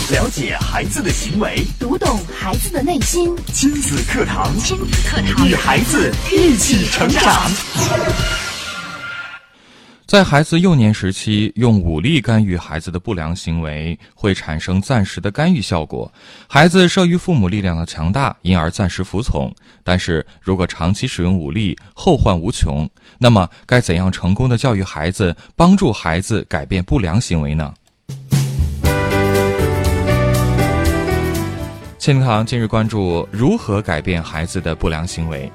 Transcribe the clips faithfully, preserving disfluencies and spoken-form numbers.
了解孩子的行为， 读懂孩子的内心。 亲子课堂， 亲子课堂， 与孩子一起成长。 在孩子幼年时期，用武力干预孩子的不良行为，会产生暂时的干预效果，孩子慑于父母力量的强大，因而暂时服从。但是如果长期使用武力，后患无穷。那么该怎样成功地教育孩子，帮助孩子改变不良行为呢？亲子堂今日关注如何改变孩子的不良行为。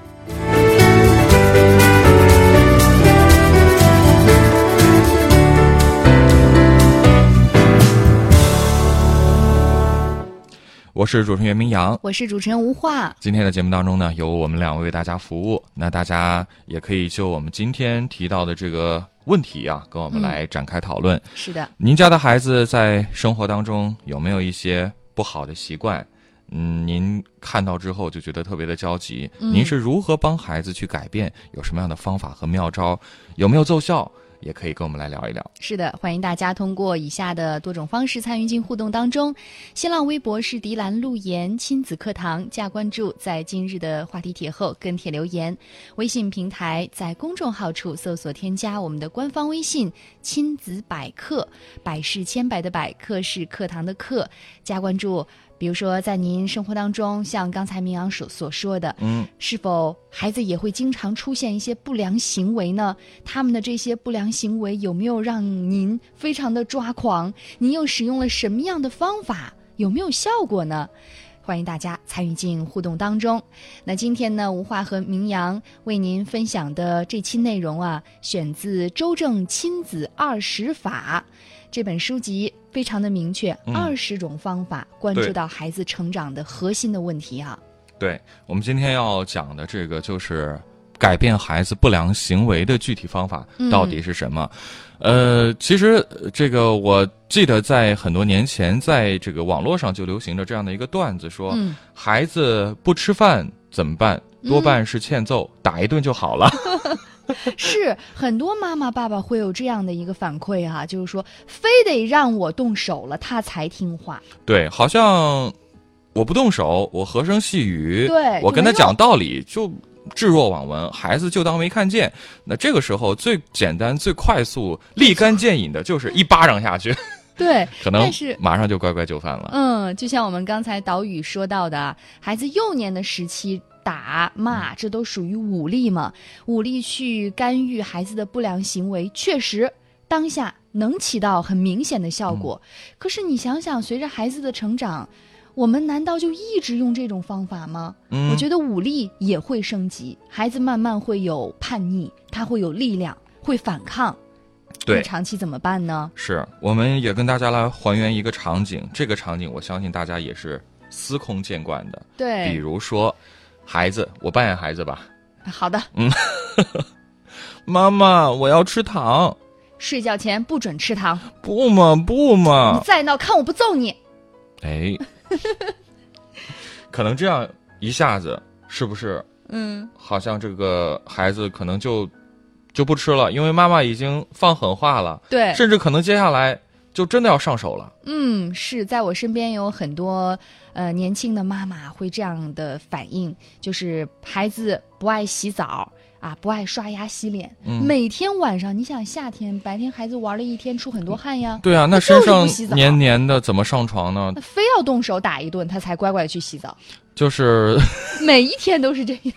我是主持人袁明阳， 我是主持人吴化。 今天的节目当中呢，由我们两位为大家服务。那大家也可以就我们今天提到的这个问题啊，跟我们来展开讨论。 嗯、是的， 您家的孩子在生活当中有没有一些不好的习惯？嗯，您看到之后就觉得特别的焦急。嗯、您是如何帮孩子去改变？有什么样的方法和妙招？有没有奏效？也可以跟我们来聊一聊。 是的，欢迎大家通过以下的多种方式参与进互动当中。新浪微博是迪兰路言亲子课堂，加关注，在今日的话题帖后跟帖留言。微信平台在公众号处搜索添加我们的官方微信亲子百课，百是千百的百，课是课堂的课，加关注。比如说在您生活当中，像刚才明阳所所说的，嗯，是否孩子也会经常出现一些不良行为呢？他们的这些不良行为有没有让您非常的抓狂？您又使用了什么样的方法？有没有效果呢？欢迎大家参与进互动当中。那今天呢，吴化和明阳为您分享的这期内容啊，选自《周正亲子二十法》这本书籍，非常的明确，二十种方法关注到孩子成长的核心的问题啊。 对，我们今天要讲的这个就是改变孩子不良行为的具体方法到底是什么？嗯、呃，其实这个我记得在很多年前，在这个网络上就流行着这样的一个段子，说、嗯、孩子不吃饭怎么办？多半是欠揍，嗯、打一顿就好了。 是很多妈妈爸爸会有这样的一个反馈哈、啊，就是说非得让我动手了他才听话。 对，好像我不动手，我和声细语， 对， 我跟他讲道理就置若罔闻，孩子就当没看见。那这个时候最简单最快速立竿见影的就是一巴掌下去。 对， 可能马上就乖乖就范了。 嗯，就像我们刚才导语说到的，孩子幼年的时期打骂，这都属于武力嘛？武力去干预孩子的不良行为，确实当下能起到很明显的效果。嗯、可是你想想，随着孩子的成长，我们难道就一直用这种方法吗？嗯、我觉得武力也会升级，孩子慢慢会有叛逆，他会有力量，会反抗。 对， 那长期怎么办呢？ 是，我们也跟大家来还原一个场景，这个场景我相信大家也是司空见惯的。 对， 比如说孩子，我扮演孩子吧。 好的。 嗯，妈妈，我要吃糖。 睡觉前不准吃糖。 不嘛不嘛！ 你再闹，看我不揍你。 哎，可能这样一下子，是不是？ 嗯， 好像这个孩子可能就就不吃了，因为妈妈已经放狠话了。 对， 甚至可能接下来就真的要上手了。 嗯，是在我身边有很多呃年轻的妈妈会这样的反应，就是孩子不爱洗澡啊，不爱刷牙洗脸，嗯、每天晚上，你想夏天白天孩子玩了一天，出很多汗呀。 对啊，那身上黏黏的，怎么上床呢？ 那非要动手打一顿，他才乖乖去洗澡。 就是每一天都是这样。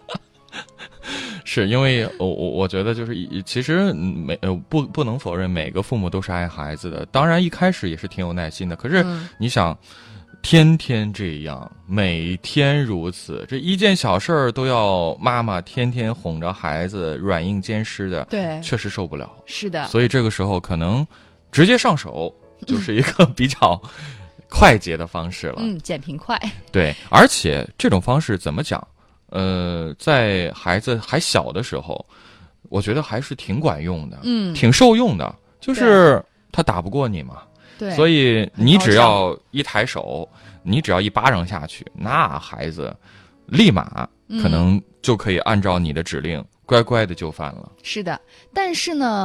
是因为我我我觉得就是其实每呃不不能否认每个父母都是爱孩子的，当然一开始也是挺有耐心的。可是你想，嗯、天天这样，每天如此，这一件小事儿都要妈妈天天哄着孩子，软硬兼施的， 对， 确实受不了。 是的， 所以这个时候可能直接上手就是一个比较快捷的方式了。 嗯，捡贫快。 对，而且这种方式怎么讲？呃，在孩子还小的时候，我觉得还是挺管用的，嗯，挺受用的。就是他打不过你嘛， 对， 所以你只要一抬手，你只要一巴掌下去，那孩子立马可能就可以按照你的指令、嗯、乖乖的就范了。 是的，但是呢，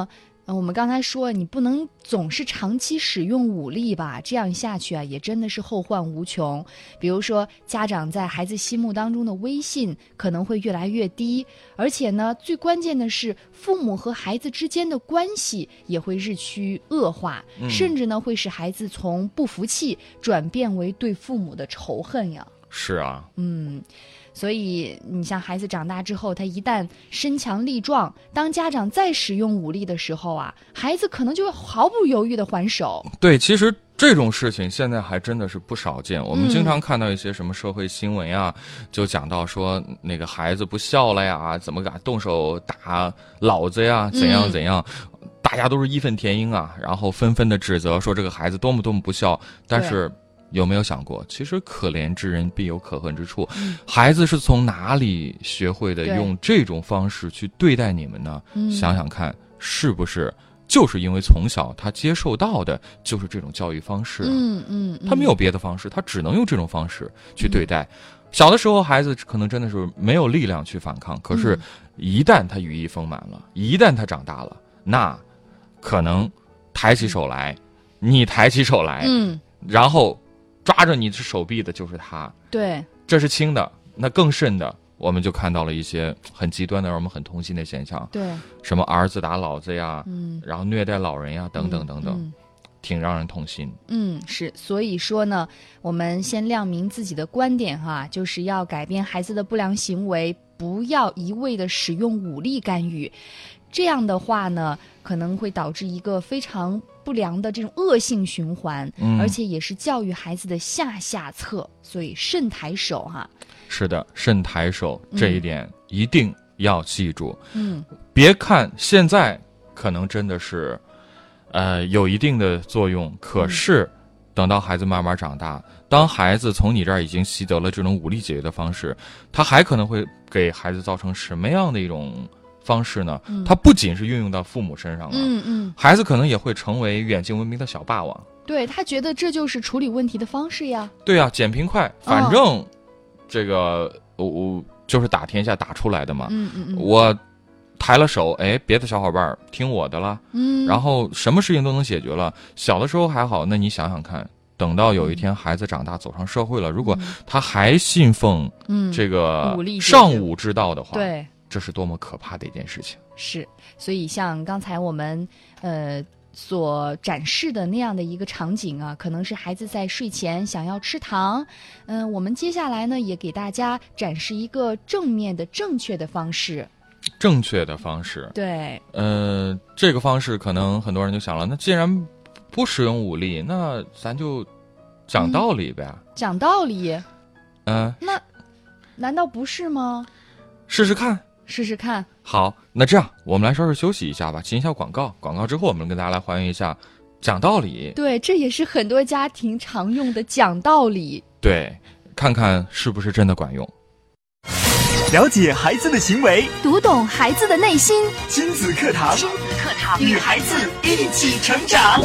呃，我们刚才说你不能总是长期使用武力吧，这样下去啊，也真的是后患无穷。比如说，家长在孩子心目当中的威信可能会越来越低，而且呢，最关键的是，父母和孩子之间的关系也会日趋恶化， 嗯、 甚至呢，会使孩子从不服气转变为对父母的仇恨呀。 是啊， 嗯。所以，你像孩子长大之后，他一旦身强力壮，当家长再使用武力的时候啊，孩子可能就会毫不犹豫地还手。 对，其实这种事情现在还真的是不少见。我们经常看到一些什么社会新闻啊，嗯、就讲到说那个孩子不孝了呀，怎么敢动手打老子呀，怎样怎样。嗯、大家都是义愤填膺啊，然后纷纷的指责说这个孩子多么多么不孝，但是。有没有想过，其实可怜之人必有可恨之处。嗯、孩子是从哪里学会的用这种方式去对待你们呢？想想看，是不是就是因为从小他接受到的就是这种教育方式、啊？ 嗯嗯，嗯他没有别的方式，他只能用这种方式去对待。嗯、小的时候，孩子可能真的是没有力量去反抗，可是，一旦他羽翼丰满了，一旦他长大了，那可能抬起手来，你抬起手来， 嗯， 然后。抓着你手臂的就是他， 对， 这是轻的。那更甚的，我们就看到了一些很极端的让我们很痛心的现象， 对， 什么儿子打老子呀， 嗯， 然后虐待老人呀，等等等等， 嗯嗯、 挺让人痛心。 嗯，是，所以说呢，我们先亮明自己的观点哈，就是要改变孩子的不良行为，不要一味的使用武力干预。这样的话呢，可能会导致一个非常不良的这种恶性循环， 嗯、 而且也是教育孩子的下下策，所以慎抬手哈。 是的，慎抬手这一点一定要记住。 嗯， 别看现在可能真的是，呃，有一定的作用，可是、嗯、等到孩子慢慢长大，当孩子从你这儿已经习得了这种武力解决的方式，他还可能会给孩子造成什么样的一种方式呢？ 嗯、 他不仅是运用到父母身上了， 嗯嗯， 孩子可能也会成为远近闻名的小霸王。 对，他觉得这就是处理问题的方式呀。 对啊，捡平快，反正、哦、这个我我就是打天下打出来的嘛。 嗯嗯嗯， 我抬了手，哎，别的小伙伴听我的了。 嗯， 然后什么事情都能解决了。小的时候还好，那你想想看，等到有一天孩子长大走上社会了，嗯、如果他还信奉这个尚武之道的话， 对。 这是多么可怕的一件事情！ 是，所以像刚才我们呃所展示的那样的一个场景啊，可能是孩子在睡前想要吃糖，嗯、呃，我们接下来呢也给大家展示一个正面的、正确的方式。 正确的方式， 对， 呃，这个方式可能很多人就想了，那既然不使用武力，那咱就讲道理呗。 嗯、讲道理， 嗯、呃， 那难道不是吗？ 试试看。 试试看。 好，那这样我们来稍事休息一下吧，进一下广告。广告之后，我们跟大家来还原一下讲道理。 对，这也是很多家庭常用的讲道理。 对，看看是不是真的管用。 了解孩子的行为， 读懂孩子的内心。 亲子课堂， 亲子课堂， 与孩子一起成长。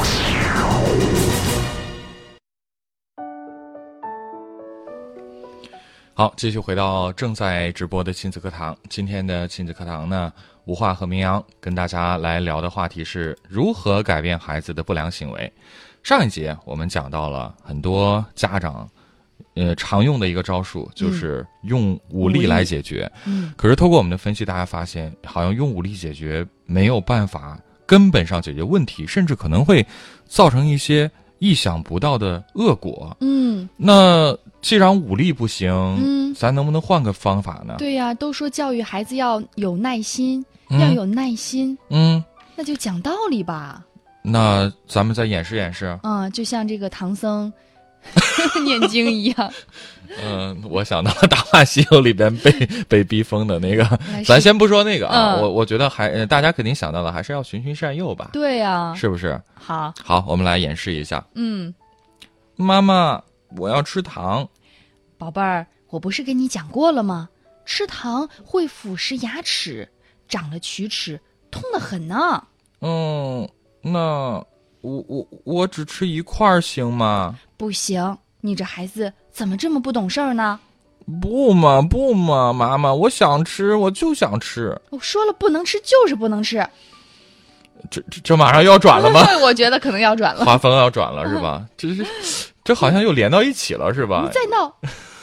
好，继续回到正在直播的亲子课堂。今天的亲子课堂呢，吴化和明阳跟大家来聊的话题是如何改变孩子的不良行为。上一节我们讲到了很多家长呃常用的一个招数，就是用武力来解决。 嗯， 可是透过我们的分析，大家发现好像用武力解决没有办法根本上解决问题，甚至可能会造成一些意想不到的恶果。 嗯， 那既然武力不行， 嗯， 咱能不能换个方法呢？ 对呀、啊，都说教育孩子要有耐心， 嗯、 要有耐心。 嗯， 那就讲道理吧。 那咱们再演示演示。 嗯，就像这个唐僧念经一样。 嗯，我想到了《大话西游》里边被被逼疯的那个，咱先不说那个啊， 嗯、 我我觉得还大家肯定想到了，还是要循循善诱吧。 对呀、啊， 是不是？ 好， 好，我们来演示一下。 嗯， 妈妈，我要吃糖。 宝贝儿，我不是跟你讲过了吗？吃糖会腐蚀牙齿，长了龋齿，痛得很呢。 嗯，那我我我只吃一块行吗？ 不行，你这孩子怎么这么不懂事儿呢？ 不嘛不嘛，妈妈，我想吃，我就想吃。 我说了不能吃就是不能吃。 这这这马上要转了吗？ 我觉得可能要转了， 画风要转了是吧？这是这好像又连到一起了是吧？ 你再闹。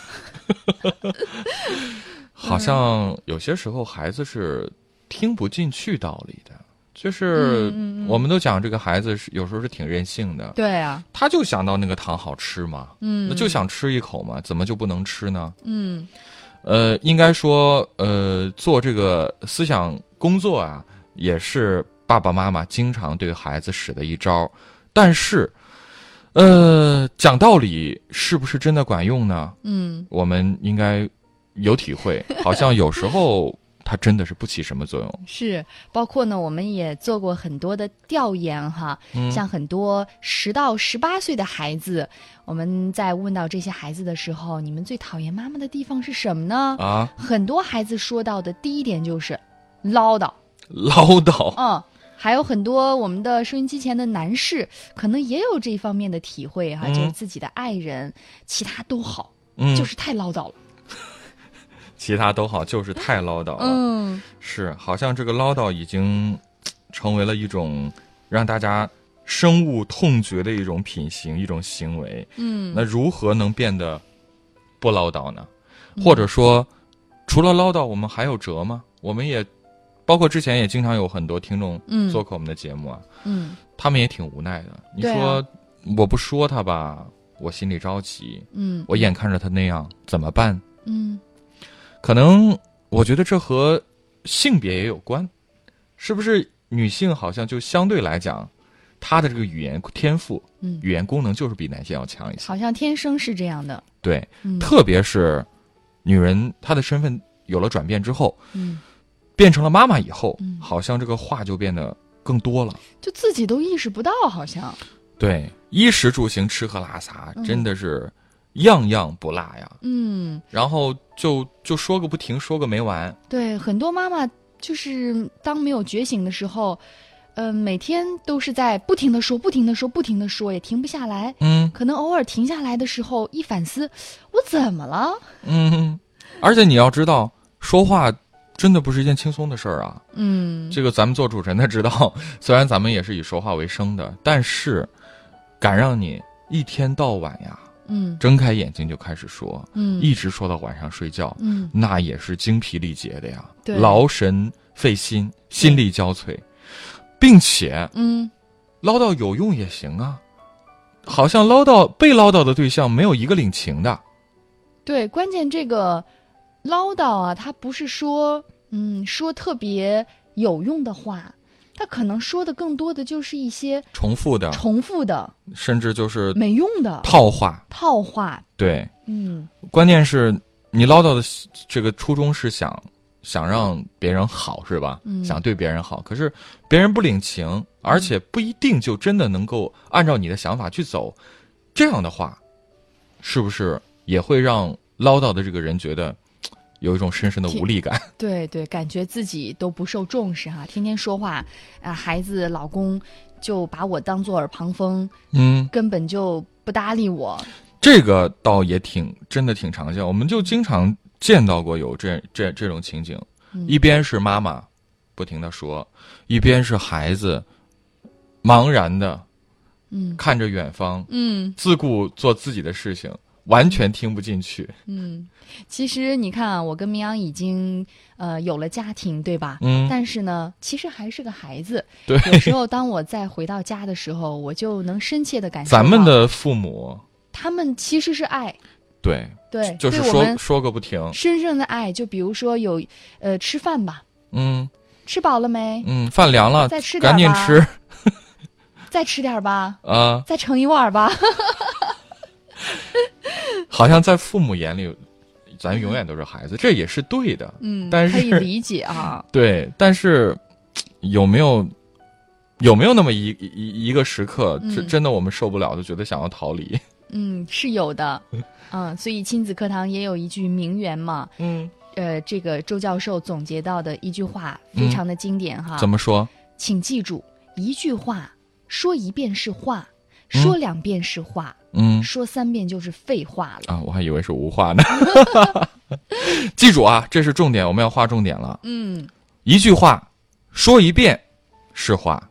好像有些时候孩子是听不进去道理的，就是我们都讲这个孩子是有时候是挺任性的， 对啊， 他就想到那个糖好吃嘛，嗯，那就想吃一口嘛，怎么就不能吃呢？嗯，呃，应该说，呃，做这个思想工作啊，也是爸爸妈妈经常对孩子使的一招，但是，呃，讲道理是不是真的管用呢？嗯，我们应该有体会，好像有时候它真的是不起什么作用。 是，包括呢，我们也做过很多的调研哈，嗯、像很多十到十八岁的孩子，我们在问到这些孩子的时候，你们最讨厌妈妈的地方是什么呢？啊，很多孩子说到的第一点就是唠叨， 唠叨， 嗯。还有很多我们的收音机前的男士，可能也有这一方面的体会哈，嗯、就是自己的爱人，其他都好，嗯、就是太唠叨了。 其他都好，就是太唠叨了。嗯，是，好像这个唠叨已经成为了一种让大家深恶痛绝的一种品行、一种行为。嗯，那如何能变得不唠叨呢？或者说，除了唠叨，我们还有辙吗？我们也。包括之前也经常有很多听众做客我们的节目啊，嗯，他们也挺无奈的。你说、啊、我不说他吧，我心里着急，嗯，我眼看着他那样怎么办？嗯，可能我觉得这和性别也有关，是不是？女性好像就相对来讲，她的这个语言天赋、嗯、语言功能就是比男性要强一些， 好像天生是这样的。 对，嗯、特别是女人，她的身份有了转变之后，嗯。变成了妈妈以后、嗯、好像这个话就变得更多了， 就自己都意识不到，好像对衣食住行吃喝拉撒、嗯、真的是样样不落呀，嗯，然后就就说个不停，说个没完。 对，很多妈妈就是当没有觉醒的时候，嗯、呃，每天都是在不停的说不停的说不停的说，也停不下来，嗯，可能偶尔停下来的时候一反思，我怎么了？ 嗯，而且你要知道说话真的不是一件轻松的事儿啊！嗯，这个咱们做主持人的知道，虽然咱们也是以说话为生的，但是敢让你一天到晚呀，嗯，睁开眼睛就开始说，嗯，一直说到晚上睡觉，嗯，那也是精疲力竭的呀， 对， 劳神费心，心力交瘁，并且，嗯，唠叨有用也行啊，好像唠叨被唠叨的对象没有一个领情的， 对，关键这个。唠叨啊，他不是说，嗯，说特别有用的话，他可能说的更多的就是一些重复的、 重复的， 甚至就是没用的套话。 套话， 对，嗯，关键是你唠叨的这个初衷是想想让别人好，是吧？嗯，想对别人好，可是别人不领情，而且不一定就真的能够按照你的想法去走，这样的话，是不是也会让唠叨的这个人觉得？有一种深深的无力感， 对对，感觉自己都不受重视哈，天天说话啊，孩子、老公就把我当作耳旁风，嗯，根本就不搭理我。 这个倒也挺真的挺常见，我们就经常见到过有这这这种情景，嗯、一边是妈妈不停的说，一边是孩子茫然的，嗯，看着远方，嗯，自顾做自己的事情。完全听不进去。 嗯，其实你看啊，我跟明阳已经呃有了家庭，对吧？嗯。但是呢，其实还是个孩子。 对。 有时候当我再回到家的时候，我就能深切的感受到， 咱们的父母， 他们其实是爱。 对。 对。 就是说说个不停。 深深的爱，就比如说有呃吃饭吧。 嗯。 吃饱了没？ 嗯，饭凉了， 再吃点吧。 赶紧吃。 再吃点吧。 啊。 再盛一碗吧。 好像在父母眼里，咱永远都是孩子，这也是对的。嗯，但是可以理解啊。 对，但是有没有有没有那么一一一个时刻，真、嗯、真的我们受不了，就觉得想要逃离？ 嗯，是有的。嗯，所以亲子课堂也有一句名言嘛。嗯。呃，这个周教授总结到的一句话非常的经典哈。 嗯、怎么说？ 请记住，一句话说一遍是话。说两遍是话，嗯，说三遍就是废话了啊！我还以为是无话呢。记住啊，这是重点，我们要划重点了。嗯，一句话说一遍是话，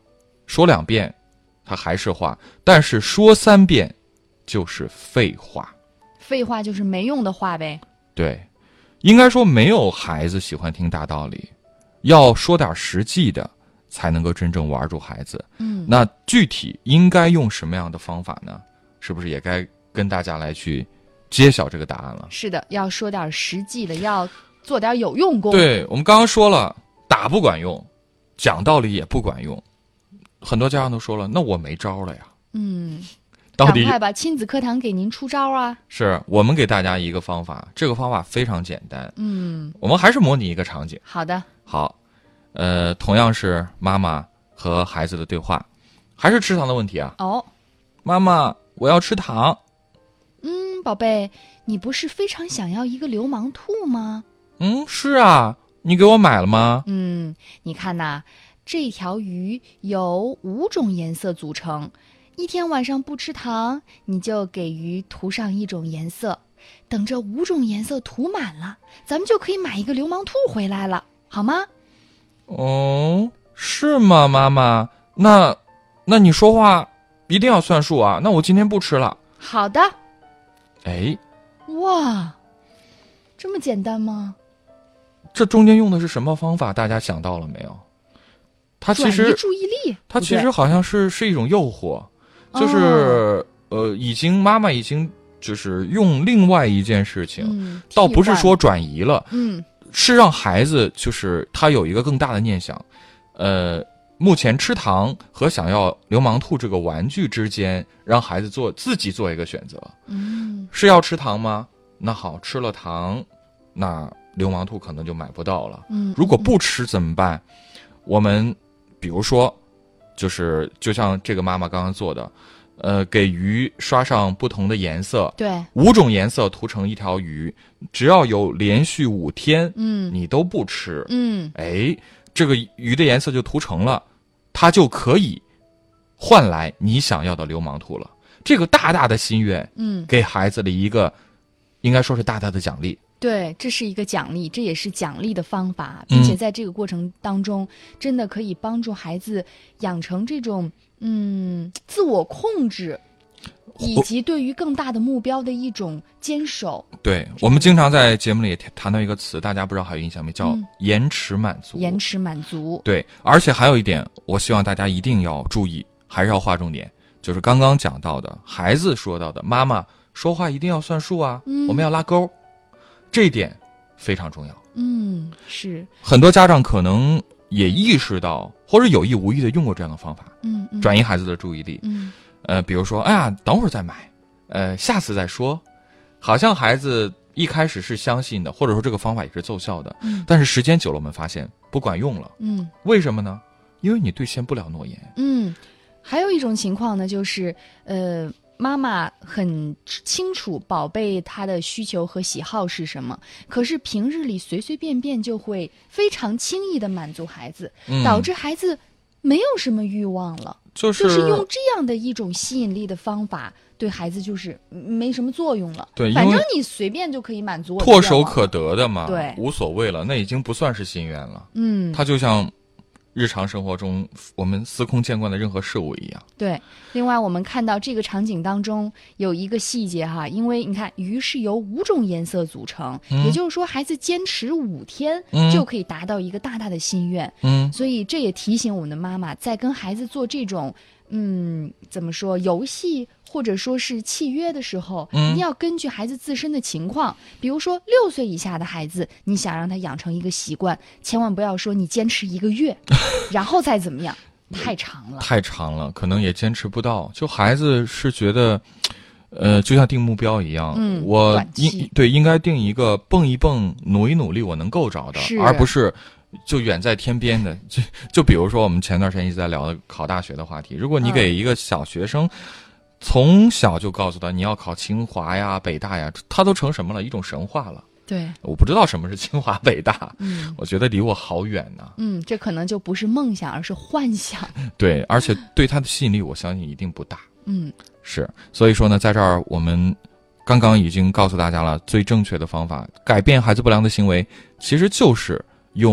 说两遍它还是话，但是说三遍就是废话。 废话就是没用的话呗。 对，应该说没有孩子喜欢听大道理，要说点实际的才能够真正玩住孩子。 嗯， 那具体应该用什么样的方法呢？是不是也该跟大家来去揭晓这个答案了？ 是的，要说点实际的，要做点有用功。 对，我们刚刚说了，打不管用，讲道理也不管用，很多家长都说了，那我没招了呀。 嗯， 到底赶快把亲子课堂给您出招啊！ 是我们给大家一个方法，这个方法非常简单。 嗯， 我们还是模拟一个场景。 好的。 好，呃，同样是妈妈和孩子的对话，还是吃糖的问题啊。 哦， 妈妈，我要吃糖。 嗯，宝贝，你不是非常想要一个流氓兔吗？ 嗯，是啊，你给我买了吗？ 嗯，你看呐，这条鱼由五种颜色组成，一天晚上不吃糖，你就给鱼涂上一种颜色，等这五种颜色涂满了，咱们就可以买一个流氓兔回来了，好吗？ 哦，是吗，妈妈？那，那你说话一定要算数啊！那我今天不吃了。 好的。 哎， 哇，这么简单吗？ 这中间用的是什么方法？大家想到了没有？它其转移实注意力， 它其实好像是是一种诱惑， 哦就是呃，已经妈妈已经就是用另外一件事情， 嗯， 倒不是替换说转移了， 嗯是让孩子就是他有一个更大的念想，呃，目前吃糖和想要流氓兔这个玩具之间，让孩子做自己做一个选择， 嗯是要吃糖吗？那好，吃了糖，那流氓兔可能就买不到了。 嗯， 如果不吃怎么办？我们比如说，就是就像这个妈妈刚刚做的，呃，给鱼刷上不同的颜色， 对， 五种颜色涂成一条鱼，只要有连续五天， 嗯你都不吃， 嗯哎，这个鱼的颜色就涂成了，它就可以换来你想要的流氓兔了。这个大大的心愿， 嗯， 给孩子的一个，应该说是大大的奖励。 对，这是一个奖励，这也是奖励的方法， 嗯并且在这个过程当中，真的可以帮助孩子养成这种嗯自我控制，以及对于更大的目标的一种坚守。 对，我们经常在节目里也谈到一个词，大家不知道还有印象没？叫嗯延迟满足。 延迟满足。 对，而且还有一点，我希望大家一定要注意，还是要划重点，就是刚刚讲到的，孩子说到的，妈妈说话一定要算数啊， 嗯我们要拉钩，这一点非常重要。 嗯，是， 很多家长可能也意识到，或者有意无意的用过这样的方法， 嗯嗯， 转移孩子的注意力。 嗯呃，比如说，哎呀，等会儿再买，呃，下次再说，好像孩子一开始是相信的，或者说这个方法也是奏效的， 嗯但是时间久了，我们发现不管用了。 嗯为什么呢？因为你兑现不了诺言。 嗯，还有一种情况呢，就是呃。妈妈很清楚宝贝他的需求和喜好是什么，可是平日里随随便便就会非常轻易的满足孩子， 嗯导致孩子没有什么欲望了。 就是就是用这样的一种吸引力的方法，对孩子就是没什么作用了。 对， 反正因为你随便就可以满足我的愿望。 唾手可得的嘛， 对无所谓了，那已经不算是心愿了。 嗯， 它就像日常生活中我们司空见惯的任何事物一样。 对。另外，我们看到这个场景当中有一个细节哈，因为你看鱼是由五种颜色组成， 嗯也就是说孩子坚持五天、 嗯就可以达到一个大大的心愿。 嗯， 所以这也提醒我们的妈妈，在跟孩子做这种嗯怎么说游戏或者说是契约的时候， 嗯一定要根据孩子自身的情况，比如说六岁以下的孩子，你想让他养成一个习惯，千万不要说你坚持一个月，然后再怎么样，太长了。 太长了，可能也坚持不到。就孩子是觉得，呃，就像定目标一样， 嗯我短期应对应该定一个蹦一蹦、努一努力我能够着的， 是而不是就远在天边的。就就比如说我们前段时间一直在聊的考大学的话题，如果你嗯给一个小学生，从小就告诉他你要考清华呀、北大呀，他都成什么了？一种神话了。 对， 我不知道什么是清华北大， 嗯我觉得离我好远呐、 嗯，这可能就不是梦想，而是幻想。 对，而且对他的吸引力，我相信一定不大。 嗯是，所以说呢，在这儿我们刚刚已经告诉大家了，最正确的方法改变孩子不良的行为，其实就是用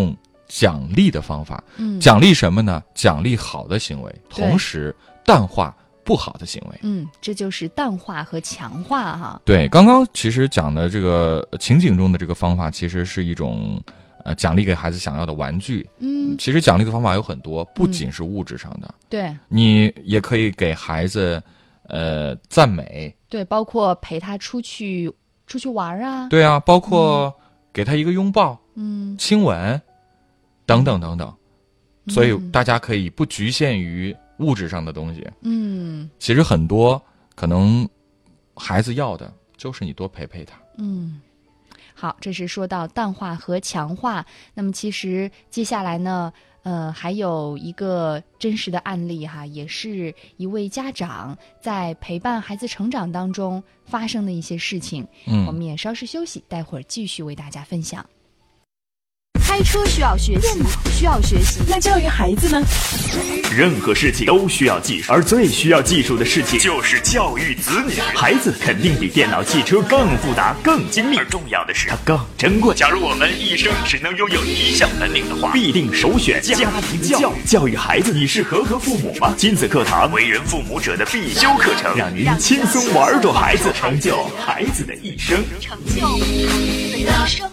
奖励的方法。 嗯， 奖励什么呢？奖励好的行为，同时淡化不好的行为。 嗯，这就是淡化和强化哈。 对，刚刚其实讲的这个情景中的这个方法，其实是一种呃奖励给孩子想要的玩具。 嗯， 其实奖励的方法有很多，不仅是物质上的。 嗯、对， 你也可以给孩子呃赞美。 对，包括陪他出去出去玩啊。 对啊，包括给他一个拥抱， 嗯， 亲吻，等等等等。所以大家可以不局限于物质上的东西。 嗯， 其实很多可能孩子要的就是你多陪陪他。 嗯，好，这是说到淡化和强化。那么其实接下来呢，呃，还有一个真实的案例哈，也是一位家长在陪伴孩子成长当中发生的一些事情。 嗯， 我们也稍事休息，待会儿继续为大家分享。 开车需要学习，电脑需要学习， 那教育孩子呢？任何事情都需要技术，而最需要技术的事情就是教育子女。孩子肯定比电脑、汽车更复杂、更精密，而重要的是它更珍贵。假如我们一生只能拥有一项本领的话，必定首选家庭教育。教育孩子，你是合格父母吗？亲子课堂，为人父母者的必修课程，让您轻松玩转孩子，成就孩子的一生， 成就孩子的一生。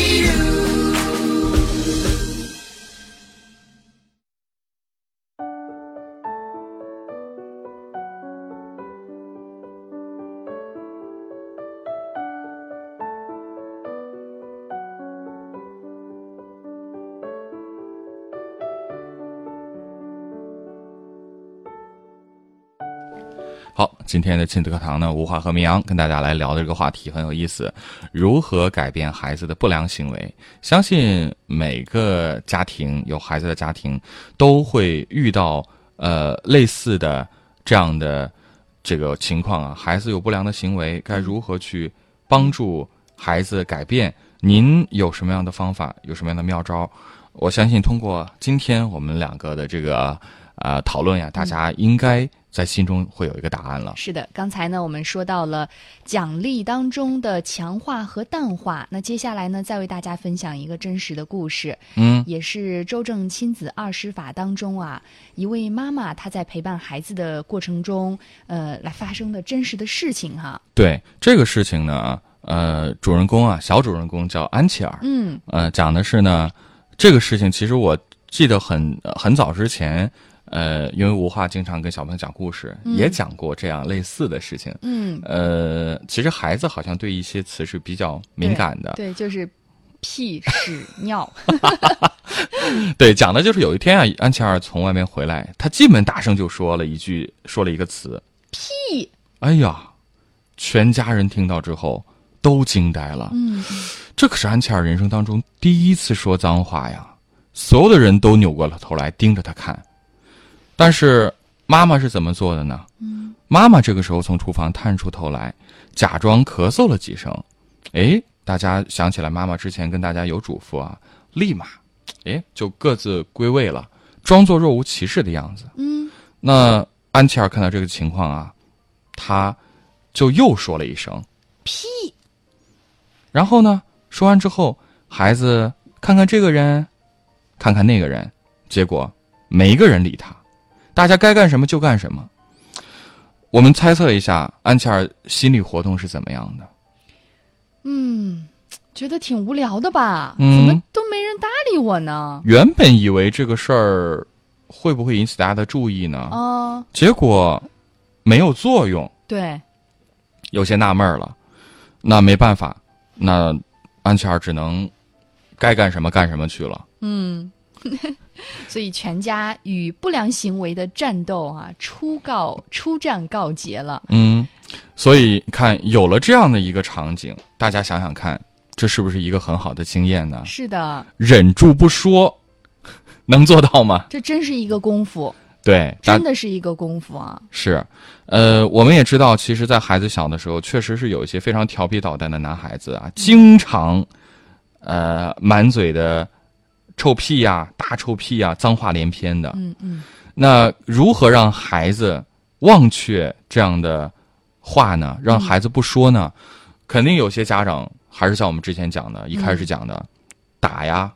好，今天的亲子课堂呢，吴华和明阳跟大家来聊的这个话题很有意思，如何改变孩子的不良行为。相信每个家庭有孩子的家庭都会遇到呃类似的这样的这个情况啊，孩子有不良的行为，该如何去帮助孩子改变？您有什么样的方法，有什么样的妙招？我相信通过今天我们两个的这个呃讨论呀，大家应该在心中会有一个答案了。 是的，刚才呢我们说到了奖励当中的强化和淡化，那接下来呢再为大家分享一个真实的故事。 嗯， 也是周正亲子二师法当中啊，一位妈妈她在陪伴孩子的过程中，呃，来发生的真实的事情哈。 对这个事情呢，呃，主人公啊，小主人公叫安琪儿。 嗯， 呃，讲的是呢，这个事情其实我记得很很早之前。呃，因为吴话经常跟小朋友讲故事， 嗯、 也讲过这样类似的事情。 嗯， 呃，其实孩子好像对一些词是比较敏感的。 对，对就是屁、屎、尿。 对，讲的就是有一天啊，安琪儿从外面回来，他进门大声就说了一句，说了一个词： 屁。 哎呀，全家人听到之后都惊呆了。 嗯， 这可是安琪儿人生当中第一次说脏话呀！所有的人都扭过了头来盯着他看。但是妈妈是怎么做的呢？ 嗯， 妈妈这个时候从厨房探出头来，假装咳嗽了几声。哎，大家想起来妈妈之前跟大家有嘱咐啊，立马，哎，就各自归位了，装作若无其事的样子。 嗯， 那安琪儿看到这个情况啊，她就又说了一声屁。 然后呢，说完之后，孩子看看这个人，看看那个人，结果没一个人理他。大家该干什么就干什么。我们猜测一下，安琪儿心理活动是怎么样的？ 嗯，觉得挺无聊的吧？ 嗯、 怎么都没人搭理我呢？ 原本以为这个事儿会不会引起大家的注意呢？ 哦， 结果没有作用。 对， 有些纳闷了。那没办法，那安琪儿只能该干什么干什么去了。 嗯。所以全家与不良行为的战斗啊，初告初战告捷了。 嗯，所以看有了这样的一个场景，大家想想看，这是不是一个很好的经验呢？ 是的， 忍住不说，能做到吗？ 这真是一个功夫。 对， 真的是一个功夫啊。 是，呃，我们也知道，其实，在孩子小的时候，确实是有一些非常调皮捣蛋的男孩子啊，经常，呃，满嘴的。臭屁呀、啊，大臭屁呀、啊，脏话连篇的。 嗯嗯。 那如何让孩子忘却这样的话呢？让孩子不说呢？嗯、肯定有些家长还是像我们之前讲的，一开始讲的，嗯、打呀，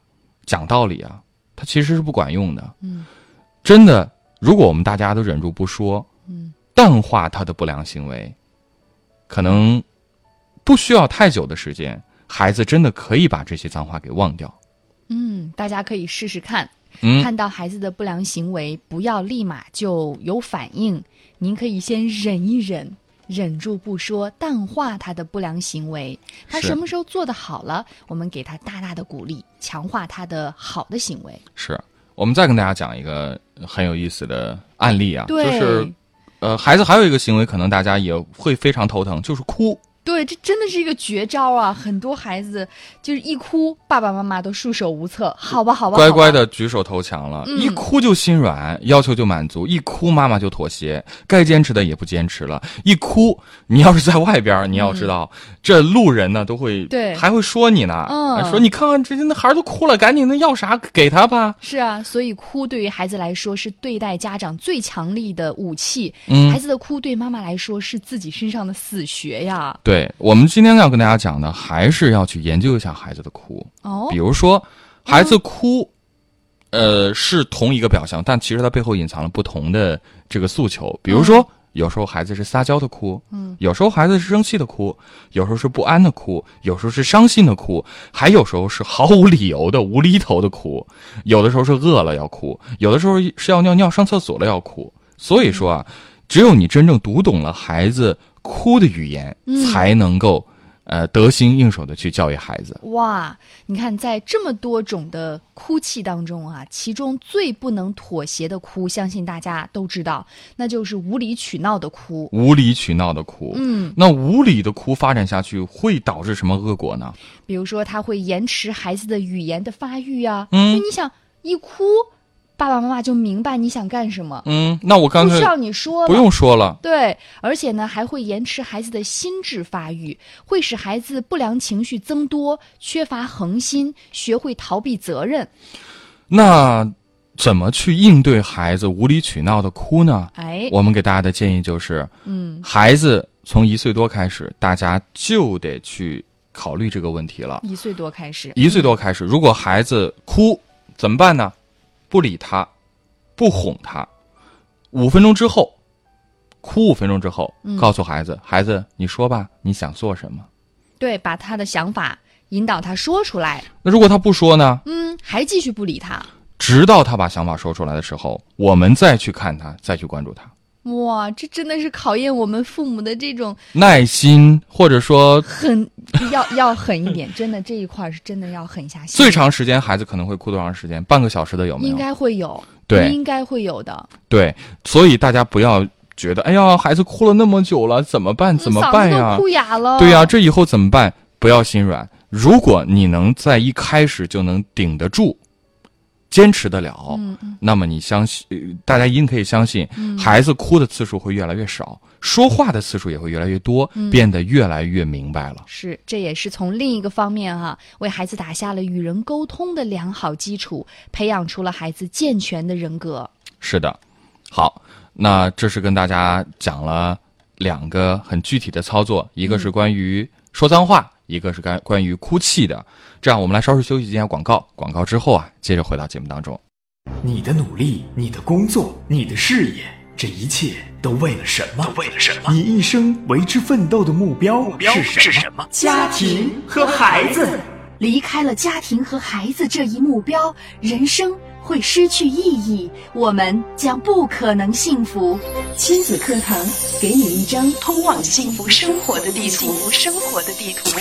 讲道理啊，它其实是不管用的。 嗯， 真的，如果我们大家都忍住不说， 嗯， 淡化他的不良行为，可能不需要太久的时间，孩子真的可以把这些脏话给忘掉。 嗯，大家可以试试看。 嗯， 看到孩子的不良行为，不要立马就有反应，您可以先忍一忍，忍住不说，淡化他的不良行为。他是什么时候做得好了，我们给他大大的鼓励，强化他的好的行为。 是我们再跟大家讲一个很有意思的案例啊， 对， 就是呃，孩子还有一个行为，可能大家也会非常头疼，就是哭。 对，这真的是一个绝招啊！很多孩子就是一哭，爸爸妈妈都束手无策。好吧，好吧， 乖乖的举手投降了， 嗯、 一哭就心软，要求就满足，一哭妈妈就妥协，该坚持的也不坚持了。一哭，你要是在外边，你要知道，嗯、这路人呢都会对， 还会说你呢， 嗯， 说你看看这那孩子都哭了，赶紧的要啥给他吧。 是啊，所以哭对于孩子来说是对待家长最强力的武器。 嗯， 孩子的哭对妈妈来说是自己身上的死穴呀。 对，我们今天要跟大家讲的，还是要去研究一下孩子的哭。 哦， 比如说，孩子哭，嗯、呃，是同一个表象，但其实它背后隐藏了不同的这个诉求。比如说，嗯、有时候孩子是撒娇的哭，嗯，有时候孩子是生气的哭，有时候是不安的哭，有时候是伤心的哭，还有时候是毫无理由的无厘头的哭，有的时候是饿了要哭，有的时候是要尿尿上厕所了要哭。所以说啊，嗯、只有你真正读懂了孩子哭的语言， 嗯、 才能够呃得心应手的去教育孩子。 哇，你看在这么多种的哭泣当中啊，其中最不能妥协的哭，相信大家都知道，那就是无理取闹的哭。 无理取闹的哭， 嗯， 那无理的哭发展下去会导致什么恶果呢？ 比如说，它会延迟孩子的语言的发育啊。 嗯， 因为你想一哭，爸爸妈妈就明白你想干什么。 嗯，那我刚才不需要你说了， 不用说了。 对，而且呢，还会延迟孩子的心智发育，会使孩子不良情绪增多，缺乏恒心，学会逃避责任。 那怎么去应对孩子无理取闹的哭呢？ 哎， 我们给大家的建议就是， 嗯， 孩子从一岁多开始，大家就得去考虑这个问题了。 一岁多开始， 一岁多开始，如果孩子哭怎么办呢？不理他，不哄他，五分钟之后，哭五分钟之后， 嗯、 告诉孩子，孩子，你说吧，你想做什么？ 对，把他的想法引导他说出来。 那如果他不说呢？ 嗯，还继续不理他， 直到他把想法说出来的时候，我们再去看他，再去关注他。 哇，这真的是考验我们父母的这种耐心，或者说狠，要要狠一点。真的这一块是真的要狠下心。 最长时间孩子可能会哭多长时间？半个小时的有没有？ 应该会有， 对， 应该会有的。 对，所以大家不要觉得，哎呀，孩子哭了那么久了，怎么办？怎么办呀？ 嗓子都哭哑了。 对呀，这以后怎么办？不要心软。如果你能在一开始就能顶得住，坚持得了， 嗯嗯， 那么你相信，大家一定可以相信， 嗯、 孩子哭的次数会越来越少，说话的次数也会越来越多， 嗯、 变得越来越明白了。 是，这也是从另一个方面哈、啊，为孩子打下了与人沟通的良好基础，培养出了孩子健全的人格。 是的，好，那这是跟大家讲了两个很具体的操作，一个是关于说脏话。嗯一个是关关于哭泣的，这样我们来稍事休息一下广告，广告之后啊，接着回到节目当中。 你的努力，你的工作，你的事业，这一切都为了什么？都为了什么？你一生为之奋斗的目标目标是什么？家庭和孩子。 离开了家庭和孩子这一目标，人生会失去意义，我们将不可能幸福。亲子课堂给你一张通往幸福生活的地图。幸福生活的地图。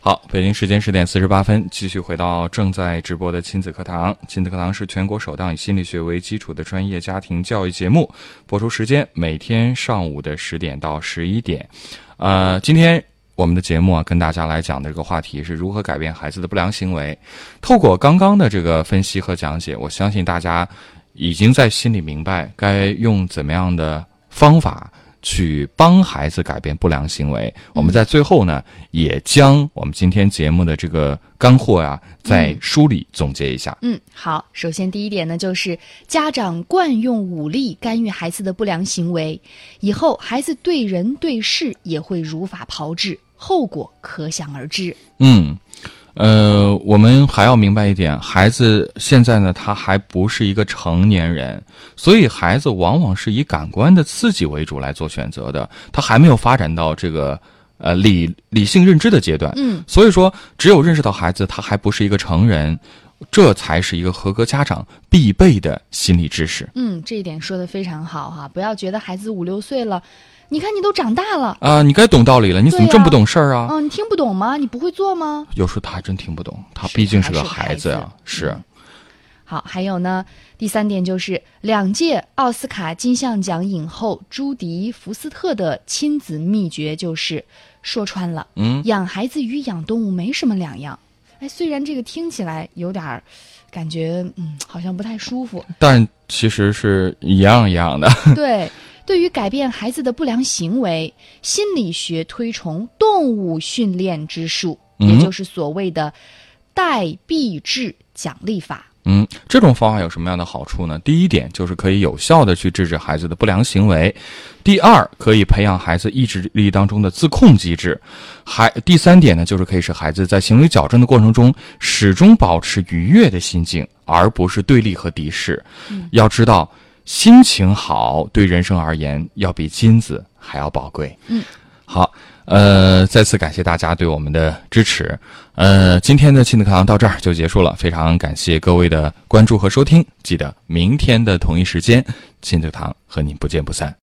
好，北京时间十点四十八分，继续回到正在直播的亲子课堂。亲子课堂是全国首档以心理学为基础的专业家庭教育节目，播出时间每天上午的十点到十一点。呃，今天我们的节目啊，跟大家来讲的这个话题是如何改变孩子的不良行为。透过刚刚的这个分析和讲解，我相信大家已经在心里明白该用怎么样的方法去帮孩子改变不良行为。我们在最后呢，也将我们今天节目的这个干货啊，在梳理总结一下。 嗯，好。首先第一点呢，就是家长惯用武力干预孩子的不良行为，以后孩子对人对事也会如法炮制，后果可想而知。 嗯。呃，我们还要明白一点，孩子现在呢，他还不是一个成年人，所以孩子往往是以感官的刺激为主来做选择的，他还没有发展到这个呃理理性认知的阶段。 嗯， 所以说，只有认识到孩子他还不是一个成人，这才是一个合格家长必备的心理知识。 嗯，这一点说得非常好哈，不要觉得孩子五六岁了，你看你都长大了啊，你该懂道理了，你怎么这么不懂事儿啊？ 嗯、啊，你听不懂吗？你不会做吗？ 有时候他还真听不懂，他毕竟是个孩子啊。是。 嗯、好，还有呢，第三点就是两届奥斯卡金像奖影后朱迪福斯特的亲子秘诀就是说穿了， 嗯， 养孩子与养动物没什么两样。哎，虽然这个听起来有点感觉，嗯，好像不太舒服， 但其实是一样一样的。 对。对于改变孩子的不良行为，心理学推崇动物训练之术， 嗯、 也就是所谓的代币制奖励法。 嗯，这种方法有什么样的好处呢？第一点就是可以有效的去制止孩子的不良行为，第二，可以培养孩子意志力当中的自控机制，还第三点呢，就是可以使孩子在行为矫正的过程中始终保持愉悦的心境，而不是对立和敌视。 嗯、 要知道，心情好对人生而言要比金子还要宝贵。 嗯， 好，呃，再次感谢大家对我们的支持。呃，今天的亲子课堂到这儿就结束了，非常感谢各位的关注和收听。记得明天的同一时间，亲子课堂和您不见不散。